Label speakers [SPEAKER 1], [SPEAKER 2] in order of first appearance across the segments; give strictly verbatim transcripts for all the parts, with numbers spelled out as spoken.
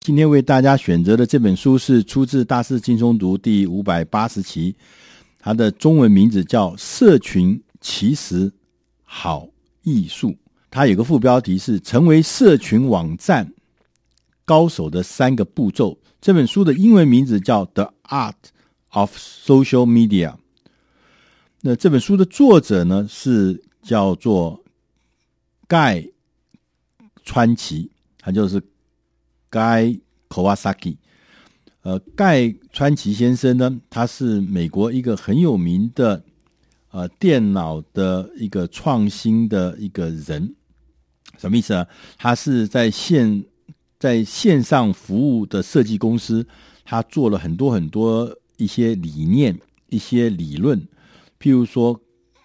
[SPEAKER 1] 今天为大家选择的这本书是出自大师轻松读第五百八十期，它的中文名字叫《社群其实好艺术》，它有个副标题是成为社群网站高手的三个步骤。这本书的英文名字叫 The Art of Social Media。 那这本书的作者呢是叫做盖川崎，他就是盖 Kawasaki。呃，盖川崎先生呢，他是美国一个很有名的呃电脑的一个创新的一个人。什么意思啊？他是在线在线上服务的设计公司，他做了很多很多一些理念、一些理论，譬如说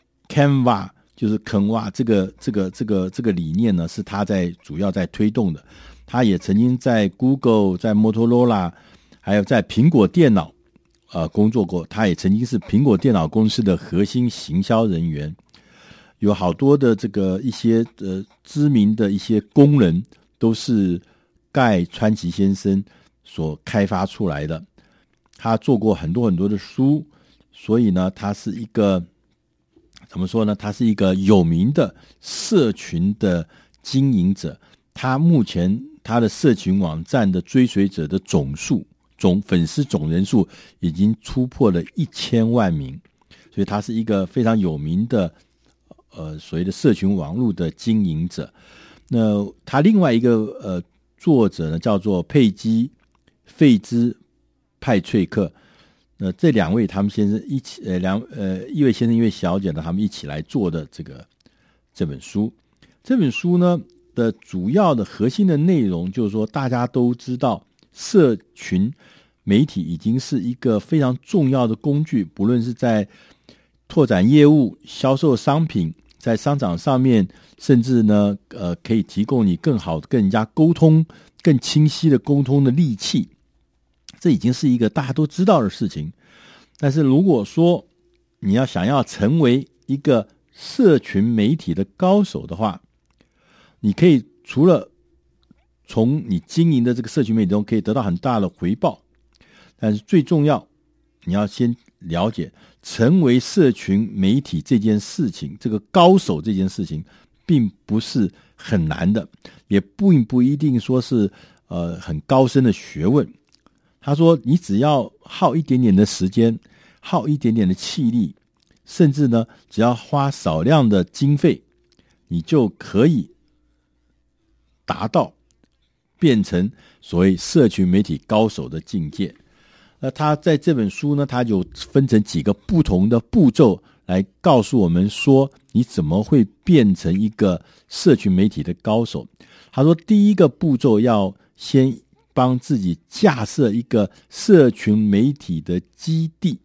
[SPEAKER 1] Canva， 就是肯瓦这个这个这个这个理念呢，是他在主要在推动的。他也曾经在 Google、在 Motorola， 还有在苹果电脑呃工作过。他也曾经是苹果电脑公司的核心行销人员，有好多的这个一些呃知名的一些功能都是盖川崎先生所开发出来的。他做过很多很多的书，所以呢，他是一个怎么说呢？他是一个有名的社群的经营者。他目前他的社群网站的追随者的总数总粉丝总人数已经突破了一千万名，所以他是一个非常有名的呃所谓的社群网络的经营者。那他另外一个呃作者呢叫做佩基费兹派翠克。那这两位他们先生一起呃两呃一位先生一位小姐呢，他们一起来做的这个这本书。这本书呢的主要的核心的内容就是说，大家都知道社群媒体已经是一个非常重要的工具，不论是在拓展业务、销售商品，在商场上面，甚至呢呃可以提供你更好跟人家沟通、更清晰的沟通的利器。这已经是一个大家都知道的事情。但是如果说你要想要成为一个社群媒体的高手的话，你可以除了从你经营的这个社群媒体中可以得到很大的回报，但是最重要，你要先了解成为社群媒体这件事情，这个高手这件事情并不是很难的，也并不一定说是呃很高深的学问。他说你只要耗一点点的时间，耗一点点的气力，甚至呢只要花少量的经费，你就可以达到变成所谓社群媒体高手的境界。那他在这本书呢，他就分成几个不同的步骤来告诉我们说，你怎么会变成一个社群媒体的高手。他说第一个步骤要先帮自己架设一个社群媒体的基地。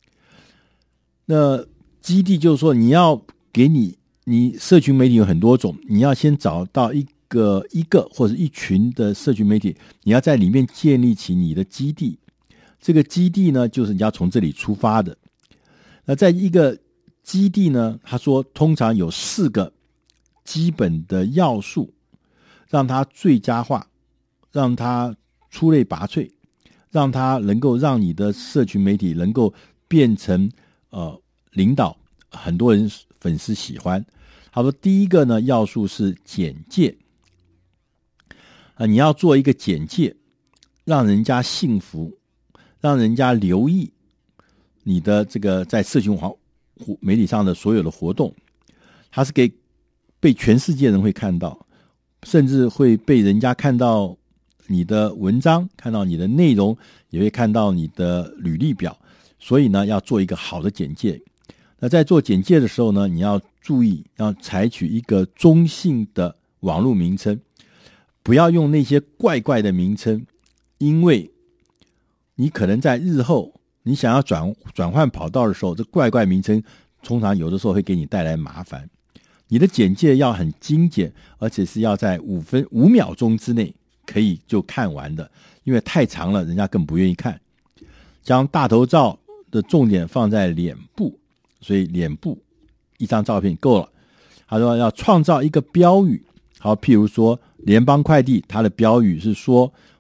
[SPEAKER 1] 那基地就是说，你要给你你社群媒体有很多种，你要先找到一个一个或者一群的社群媒体，你要在里面建立起你的基地。这个基地呢，就是你要从这里出发的。那在一个基地呢，他说通常有四个基本的要素，让它最佳化，让它出类拔萃，让它能够让你的社群媒体能够变成呃领导，很多人粉丝喜欢。他说第一个呢要素是简介。啊，你要做一个简介，让人家信服，让人家留意你的这个在社群媒体上的所有的活动。它是给被全世界人会看到，甚至会被人家看到你的文章，看到你的内容，也会看到你的履历表。所以呢，要做一个好的简介。那在做简介的时候呢，你要注意要采取一个中性的网络名称，不要用那些怪怪的名称，因为你可能在日后你想要转转换跑道的时候，这怪怪名称通常有的时候会给你带来麻烦。你的简介要很精简，而且是要在五分五秒钟之内可以就看完的，因为太长了人家更不愿意看。将大头照的重点放在脸部，所以脸部一张照片够了。他说要创造一个标语，好，譬如说联邦快递，它的标语是说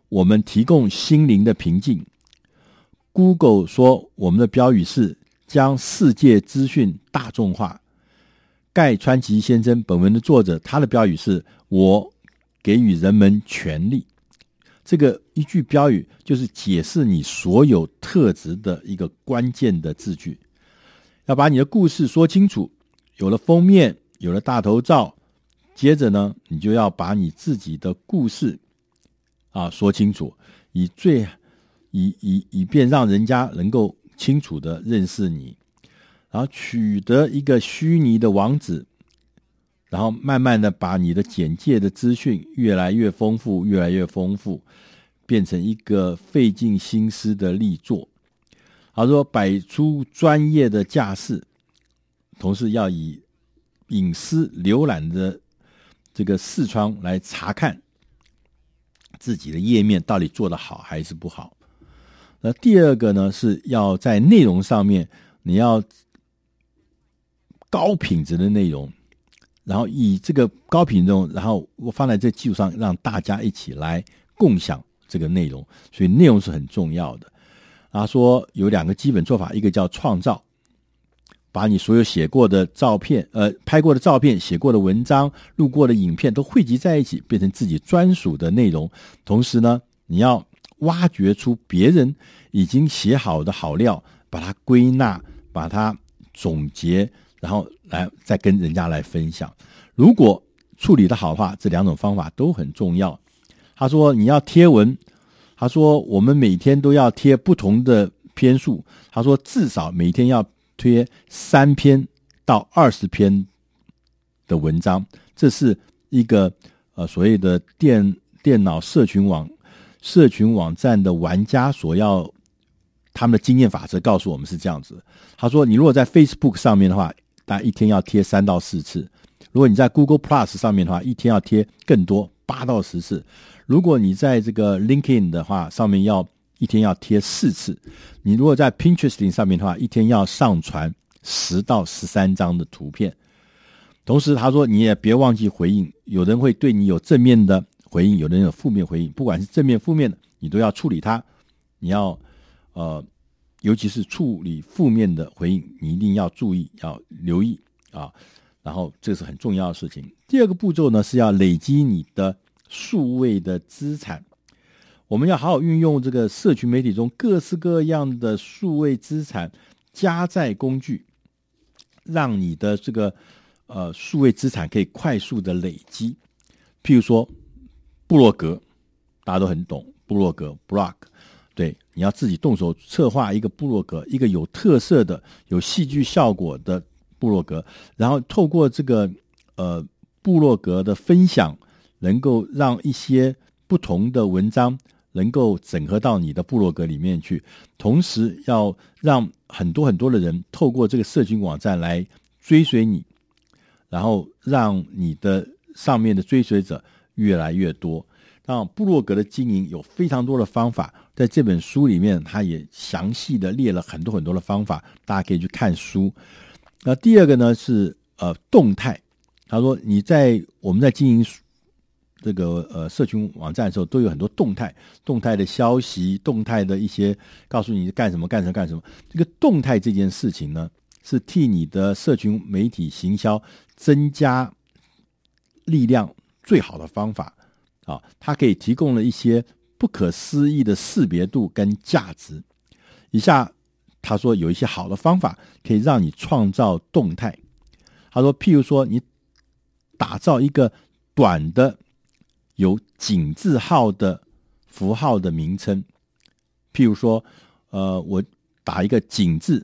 [SPEAKER 1] 我们提供心灵的平静。 Google 说我们的标语是将世界资讯大众化。盖川崎先生本文的作者，他的标语是我给予人们权利。这个一句标语就是解释你所有特质的一个关键的字句。要把你的故事说清楚，有了封面，有了大头照，接着呢，你就要把你自己的故事啊说清楚，以最以以以便让人家能够清楚的认识你，然后取得一个虚拟的网址，然后慢慢的把你的简介的资讯越来越丰富，越来越丰富，变成一个费尽心思的力作。他说摆出专业的架势，同时要以隐私浏览的这个视窗来查看自己的页面到底做得好还是不好。那第二个呢，是要在内容上面你要高品质的内容，然后以这个高品质内容，然后我放在这基础上让大家一起来共享这个内容，所以内容是很重要的。他说有两个基本做法，一个叫创造，把你所有写过的照片呃，拍过的照片，写过的文章，录过的影片都汇集在一起，变成自己专属的内容。同时呢，你要挖掘出别人已经写好的好料，把它归纳，把它总结，然后来再跟人家来分享。如果处理的好的话，这两种方法都很重要。他说你要贴文，他说我们每天都要贴不同的篇数，他说至少每天要贴三篇到二十篇的文章，这是一个呃所谓的电电脑社群网社群网站的玩家所要他们的经验法则告诉我们是这样子。他说你如果在 Facebook 上面的话，大概一天要贴三到四次，如果你在 Google Plus 上面的话，一天要贴更多，八到十次。如果你在这个 LinkedIn 的话，上面要一天要贴四次。你如果在 Pinterest 上面的话，一天要上传十到十三张的图片。同时他说你也别忘记回应，有人会对你有正面的回应，有人有负面回应，不管是正面负面的，你都要处理它。你要呃，尤其是处理负面的回应，你一定要注意，要留意啊。然后这是很重要的事情。第二个步骤呢，是要累积你的数位的资产。我们要好好运用这个社群媒体中各式各样的数位资产加载工具，让你的这个呃数位资产可以快速的累积。譬如说部落格，大家都很懂部落格 blog， 对，你要自己动手策划一个部落格，一个有特色的有戏剧效果的部落格，然后透过这个呃部落格的分享，能够让一些不同的文章能够整合到你的部落格里面去，同时要让很多很多的人透过这个社群网站来追随你，然后让你的上面的追随者越来越多。那部落格的经营有非常多的方法，在这本书里面他也详细的列了很多很多的方法，大家可以去看书。那第二个呢是呃动态，他说你在我们在经营这个呃社群网站的时候，都有很多动态动态的消息，动态的一些告诉你干什么干什么干什么。这个动态这件事情呢，是替你的社群媒体行销增加力量最好的方法啊！它可以提供了一些不可思议的识别度跟价值。以下他说有一些好的方法可以让你创造动态。他说譬如说你打造一个短的有井字号的符号的名称，譬如说呃，我打一个井字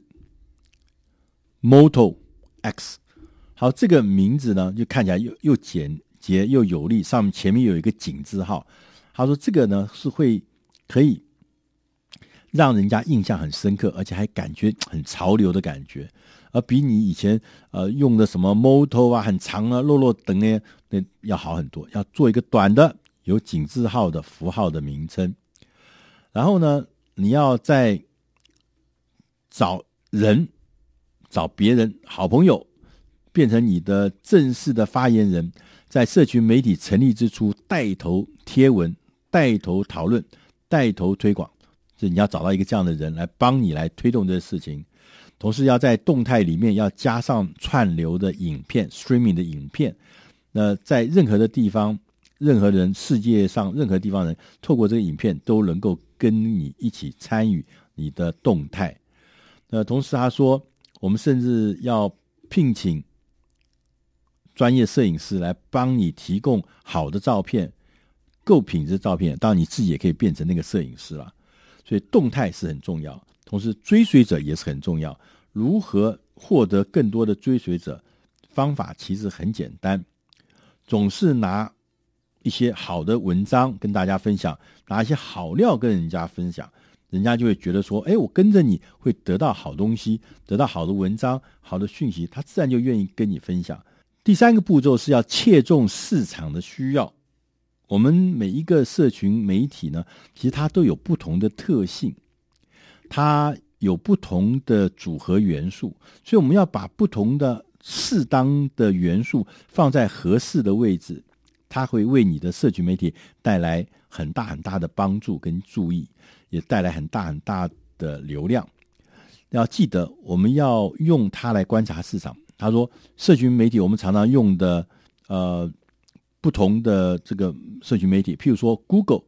[SPEAKER 1] Moto X， 好，这个名字呢就看起来又又简洁又有力，上面前面有一个井字号。他说这个呢是会可以让人家印象很深刻，而且还感觉很潮流的感觉，而比你以前呃用的什么 Moto 啊很长啊落落等呢那要好很多。要做一个短的有井字号的符号的名称，然后呢你要再找人找别人好朋友变成你的正式的发言人，在社群媒体成立之初带头贴文带头讨论、带头推广，所以你要找到一个这样的人来帮你来推动这个事情。同时要在动态里面要加上串流的影片 streaming 的影片，那在任何的地方，任何人，世界上任何地方人透过这个影片都能够跟你一起参与你的动态。那同时他说我们甚至要聘请专业摄影师来帮你提供好的照片，够品质的照片，当然你自己也可以变成那个摄影师了。所以动态是很重要，同时追随者也是很重要。如何获得更多的追随者，方法其实很简单，总是拿一些好的文章跟大家分享，拿一些好料跟人家分享，人家就会觉得说，哎，我跟着你会得到好东西，得到好的文章，好的讯息，他自然就愿意跟你分享。第三个步骤是要切中市场的需要。我们每一个社群媒体呢，其实它都有不同的特性，它有不同的组合元素，所以我们要把不同的适当的元素放在合适的位置，它会为你的社群媒体带来很大很大的帮助跟注意，也带来很大很大的流量。要记得我们要用它来观察市场。他说社群媒体我们常常用的呃不同的这个社群媒体，譬如说 Google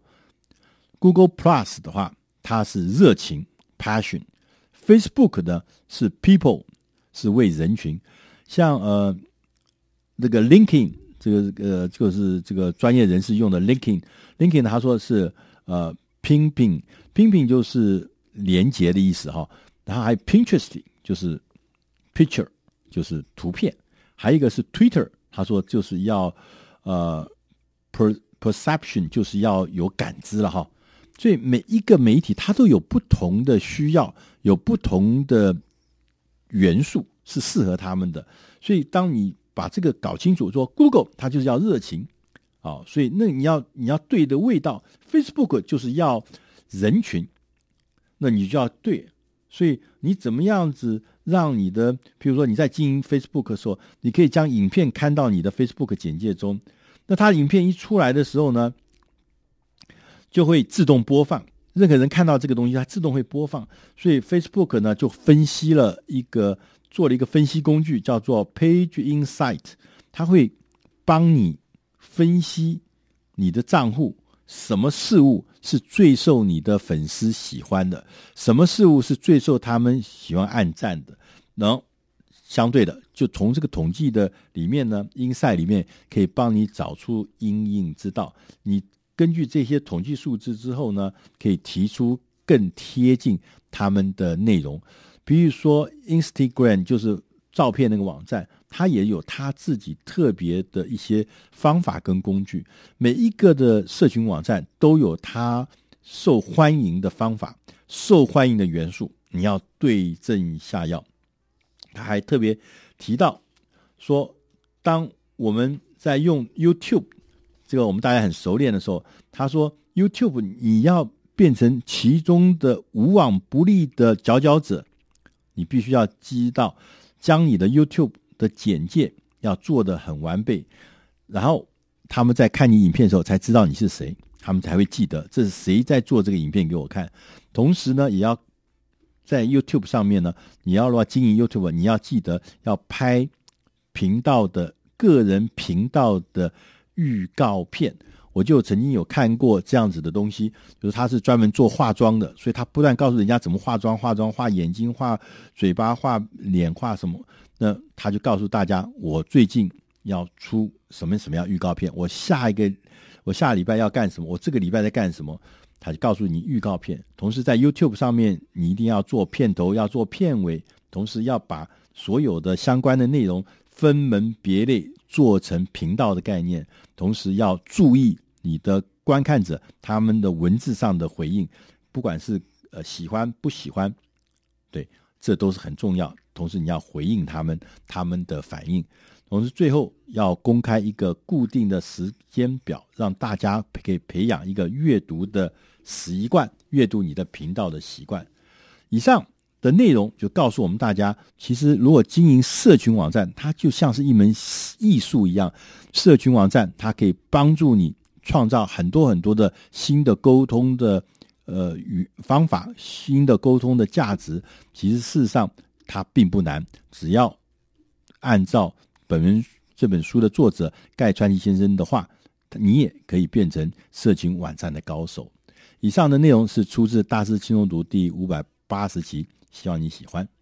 [SPEAKER 1] Google Plus 的话，它是热情 passion， Facebook 呢是 people， 是为人群。像呃这个 LinkedIn 这个呃就是这个专业人士用的 LinkedIn LinkedIn 他说是呃拼拼拼拼就是连结的意思哈，然后还有 Pinterest 就是 picture 就是图片，还有一个是 Twitter， 他说就是要呃 per, perception 就是要有感知了哈。所以每一个媒体它都有不同的需要，有不同的元素是适合他们的。所以当你把这个搞清楚，说 Google 它就是要热情啊，所以那你要你要对的味道， Facebook 就是要人群，那你就要对。所以你怎么样子让你的，比如说你在经营 Facebook 的时候，你可以将影片看到你的 Facebook 简介中，那它影片一出来的时候呢，就会自动播放，任何人看到这个东西它自动会播放。所以 Facebook 呢就分析了一个做了一个分析工具叫做 Page Insight， 它会帮你分析你的账户什么事物是最受你的粉丝喜欢的，什么事物是最受他们喜欢按赞的，然后相对的就从这个统计的里面呢 Insight 里面可以帮你找出因应之道。你根据这些统计数字之后呢，可以提出更贴近他们的内容。比如说 Instagram 就是照片那个网站，它也有它自己特别的一些方法跟工具，每一个的社群网站都有它受欢迎的方法，受欢迎的元素，你要对症下药。他还特别提到说，当我们在用 YouTube 这个我们大家很熟练的时候，他说 YouTube 你要变成其中的无往不利的佼佼者，你必须要知道将你的 YouTube 的简介要做得很完备，然后他们在看你影片的时候才知道你是谁，他们才会记得这是谁在做这个影片给我看。同时呢，也要在 YouTube 上面呢，你要的话经营 YouTube， 你要记得要拍频道的个人频道的预告片。我就曾经有看过这样子的东西，就是他是专门做化妆的，所以他不断告诉人家怎么化妆，化妆画眼睛，画嘴巴，画脸，画什么，那他就告诉大家我最近要出什么什么样预告片，我下一个我下礼拜要干什么，我这个礼拜在干什么，他就告诉你预告片。同时在 YouTube 上面你一定要做片头，要做片尾，同时要把所有的相关的内容分门别类做成频道的概念，同时要注意你的观看者他们的文字上的回应，不管是呃喜欢不喜欢，对，这都是很重要。同时你要回应他们他们的反应，同时最后要公开一个固定的时间表，让大家可以培养一个阅读的习惯，阅读你的频道的习惯。以上的内容就告诉我们大家，其实如果经营社群网站，它就像是一门艺术一样，社群网站它可以帮助你创造很多很多的新的沟通的呃语方法，新的沟通的价值，其实事实上它并不难，只要按照本人这本书的作者盖川崎先生的话，你也可以变成社群网站的高手。以上的内容是出自大师轻松读第五百八十期，希望你喜欢。